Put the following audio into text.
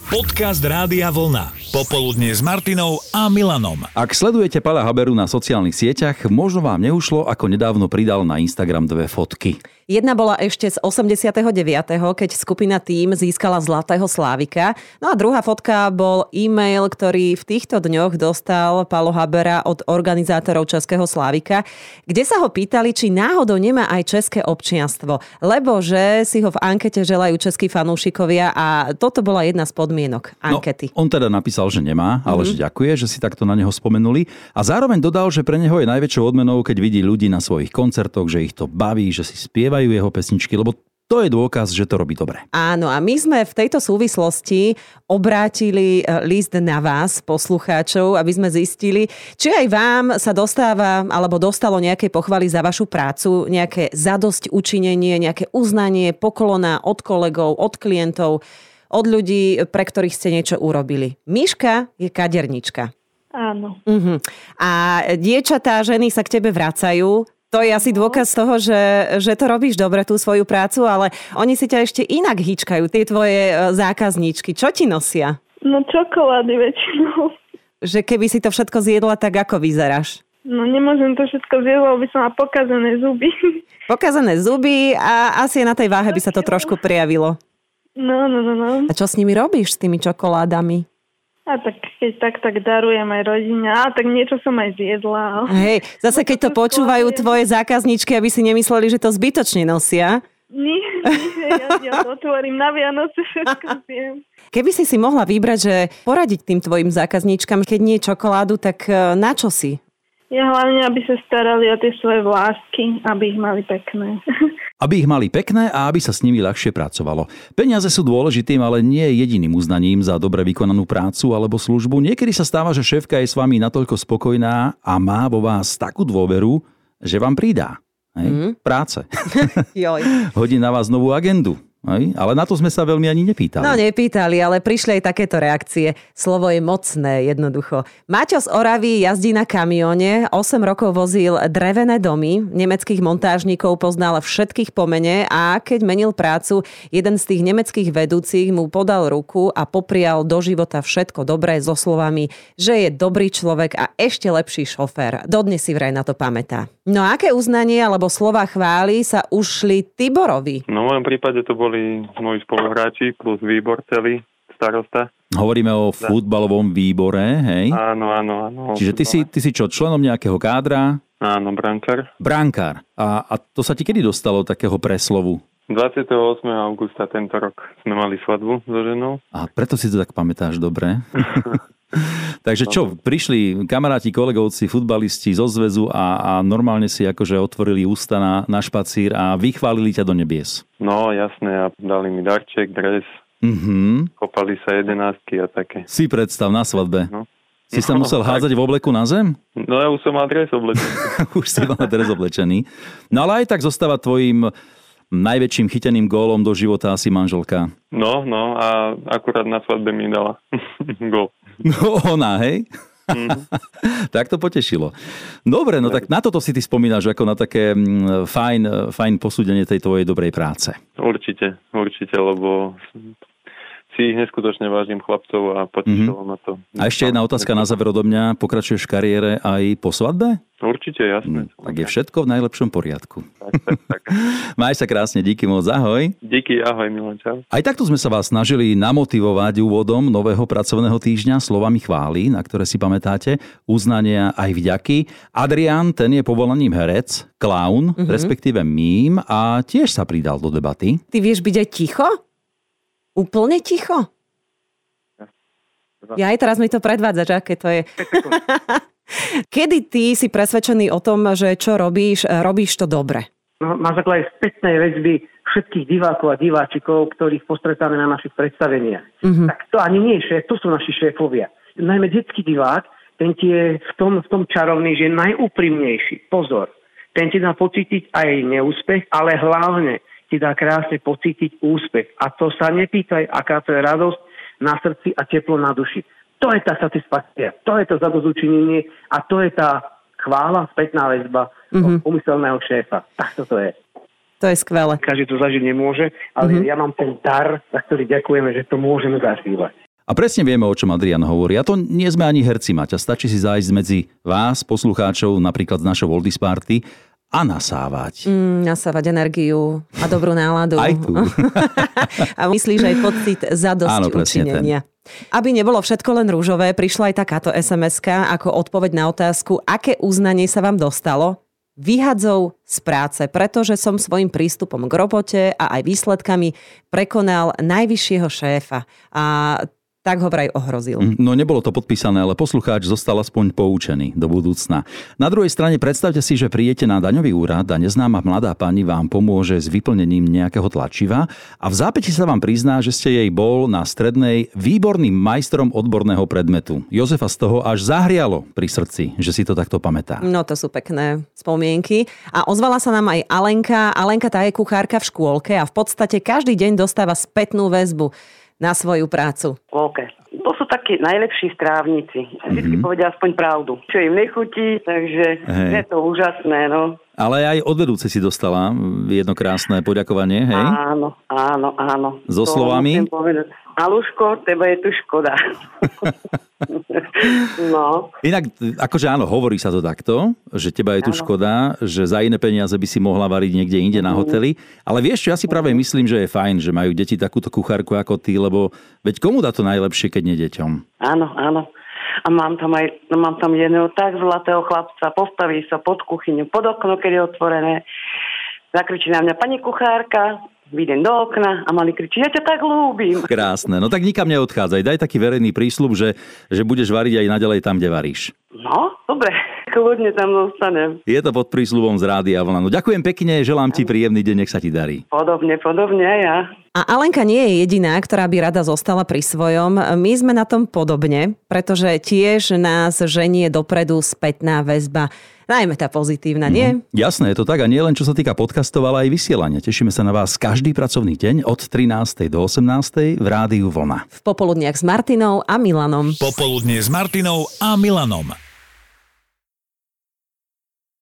Podcast Rádia Vlna. Popoludnie s Martinou a Milanom. Ak sledujete Paľa Haberu na sociálnych sieťach, možno vám neušlo, ako nedávno pridal na Instagram 2 fotky. Jedna bola ešte z 89., keď skupina Tým získala Zlatého Slávika. No a druhá fotka bol e-mail, ktorý v týchto dňoch dostal Paľo Habera od organizátorov Českého Slávika, kde sa ho pýtali, či náhodou nemá aj české občianstvo, lebo že si ho v ankete želajú českí fanúšikovia a toto bola jedna z podmienok ankety. No, on teda napísal, že nemá, ale že ďakuje, že si takto na neho spomenuli a zároveň dodal, že pre neho je najväčšou odmenou, keď vidí ľudí na svojich koncertoch, že ich to baví, že si spievajú jeho pesničky, lebo to je dôkaz, že to robí dobre. Áno, a my sme v tejto súvislosti obrátili list na vás, poslucháčov, aby sme zistili, či aj vám sa dostáva alebo dostalo nejaké pochvaly za vašu prácu, nejaké zadosť učinenie, nejaké uznanie, poklona od kolegov, od klientov, od ľudí, pre ktorých ste niečo urobili. Miška je kadernička. Áno. A dievčatá, ženy sa k tebe vracajú. To je asi dôkaz toho, že to robíš dobre, tú svoju prácu, ale oni si ťa ešte inak hýčkajú, tie tvoje zákazníčky. Čo ti nosia? No čokolády väčšinou. Že keby si to všetko zjedla, tak ako vyzeráš? No nemôžem to všetko zjesť, lebo by som mala pokazané zuby. Pokazané zuby a asi na tej váhe by sa to trošku prijavilo. No. A čo s nimi robíš, s tými čokoládami? A tak keď tak darujem aj rodine. A tak niečo som aj zjedla. Hej, zase keď to počúvajú tvoje zákazničky, aby si nemysleli, že to zbytočne nosia. Nie, ja to otvorím na Vianoce, všetko viem. Keby si mohla vybrať, že poradiť tým tvojim zákazničkám, keď nie čokoládu, tak na čo si? Ja hlavne, aby sa starali o tie svoje vlásky, aby ich mali pekné. Aby ich mali pekné a aby sa s nimi ľahšie pracovalo. Peniaze sú dôležitým, ale nie jediným uznaním za dobre vykonanú prácu alebo službu. Niekedy sa stáva, že šéfka je s vami natoľko spokojná a má vo vás takú dôveru, že vám pridá. Práce. Hodí na vás novú agendu. Ale na to sme sa veľmi ani nepýtali. No nepýtali, ale prišli aj takéto reakcie. Slovo je mocné, jednoducho. Maťo z Oravy jazdí na kamióne, 8 rokov vozil drevené domy, nemeckých montážnikov poznal všetkých po mene a keď menil prácu, jeden z tých nemeckých vedúcich mu podal ruku a poprial do života všetko dobré so slovami, že je dobrý človek a ešte lepší šofér. Dodnes si vraj na to pamätá. No aké uznanie alebo slova chvály sa ušli Tiborovi? No v mojom prípade to boli moji spoluhráči plus výbor celý, starosta. Hovoríme o futbalovom výbore, hej? Áno. Čiže ty si čo, členom nejakého kádra? Áno, brankár. Brankár. A to sa ti kedy dostalo takého preslovu? 28. augusta tento rok sme mali svadbu so ženou. A preto si to tak pamätáš dobre. Takže čo, prišli kamaráti, kolegovci, futbalisti zo zväzu a normálne si akože otvorili ústa na špacír a vychválili ťa do nebies. No jasné, a dali mi darček, dres, kopali sa 11-ky a také. Si predstav na svadbe. No. Si sa musel hádzať v obleku na zem? No ja už som mal dres oblečený. Už si mal dres oblečený. No ale aj tak zostáva tvojim najväčším chyteným gólom do života asi manželka. No a akurát na svadbe mi dala gól. No ona, hej? Tak to potešilo. Dobre, no tak na toto si ty spomínaš ako na také fajn posúdenie tej tvojej dobrej práce. Určite, lebo si ich neskutočne vážim chlapcov a potešilo ma to. A ešte jedna otázka na záver odo mňa. Pokračuješ v kariére aj po svadbe? Určite, jasné. Tak je všetko v najlepšom poriadku. Tak. Maj sa krásne, díky moc, ahoj. Díky, ahoj Milan, čau. Aj takto sme sa vás snažili namotivovať úvodom nového pracovného týždňa slovami chvály, na ktoré si pamätáte, uznania aj vďaky. Adrián, ten je povolaním herec, klaun, respektíve mím a tiež sa pridal do debaty. Ty vieš byť aj ticho? Úplne ticho? Ja aj teraz mi to predvádzaš, aké to je. Kedy ty si presvedčený o tom, že čo robíš to dobre? No, na základe spätnej väzby všetkých divákov a diváčikov, ktorých postretáme na našich predstaveniach. Tak to ani nie je šéf, to sú naši šéfovia. Najmä detský divák, ten ti je v tom čarovný, že je najúprimnejší. Pozor, ten ti dá pocítiť aj neúspech, ale hlavne ti dá krásne pocítiť úspech. A to sa nepýtaj, aká to je radosť na srdci a teplo na duši. To je tá satisfakcia, to je to zadozučinenie a to je tá chvála, spätná väzba pomyselného šéfa. Tak to je. To je skvelé. Každý to zažiť nemôže, ale ja mám ten dar, za ktorý ďakujeme, že to môžeme zažívať. A presne vieme, o čom Adrián hovorí. A to nie sme ani herci, Maťa. Stačí si zájsť medzi vás, poslucháčov, napríklad z našho Oldies Party, a nasávať. Nasávať energiu a dobrú náladu. Aj tu. A myslíš aj pocit zadosti učinenia. Aby nebolo všetko len rúžové, prišla aj takáto SMS-ka ako odpoveď na otázku, aké uznanie sa vám dostalo? Vyhadzov z práce, pretože som svojim prístupom k robote a aj výsledkami prekonal najvyššieho šéfa. A tak ho vraj ohrozil. No nebolo to podpísané, ale poslucháč zostal aspoň poučený do budúcna. Na druhej strane predstavte si, že prídete na daňový úrad a neznáma mladá pani vám pomôže s vyplnením nejakého tlačiva a v zápäti sa vám prizná, že ste jej bol na strednej výborným majstrom odborného predmetu. Jozefa z toho až zahrialo pri srdci, že si to takto pamätá. No to sú pekné spomienky. A ozvala sa nám aj Alenka. Alenka tá je kuchárka v škôlke a v podstate každý deň dostáva spätnú väzbu na svoju prácu. OK. To sú takí najlepší strávnici. Vždycky povedia aspoň pravdu. Čo im nechutí, takže je to úžasné, no. Ale aj od vedúce si dostala jedno krásne poďakovanie, hej? Áno. So slovami? Aluško, teba je tu škoda. No. Inak, akože áno, hovorí sa to takto, že teba je tu škoda, že za iné peniaze by si mohla variť niekde inde na hoteli. Ale vieš čo, ja si práve myslím, že je fajn, že majú deti takúto kuchárku ako ty, lebo veď komu dá to najlepšie, keď nie deťom? Áno. A mám tam jedného tak zlatého chlapca, postaví sa pod kuchyňu, pod okno, keď je otvorené. Zakričí na mňa, pani kuchárka, vyjdem do okna a malý kričí, ja ťa tak ľúbim. Krásne, no tak nikam neodchádzaj, daj taký verejný prísľub, že budeš variť aj naďalej tam, kde varíš. No, dobre, kľudne tam zostanem. Je to pod prísľubom z Rádia Vlna. No ďakujem pekne, želám ti príjemný deň, nech sa ti darí. Podobne aj ja. A Alenka nie je jediná, ktorá by rada zostala pri svojom. My sme na tom podobne, pretože tiež nás ženie dopredu spätná väzba. Najmä tá pozitívna, nie? Jasné, je to tak a nie len čo sa týka podcastov, ale aj vysielania. Tešíme sa na vás každý pracovný deň od 13. do 18. v Rádiu Vlna. V popoludniach s Martinou a Milanom. Popoludnie s Martinou a Milanom.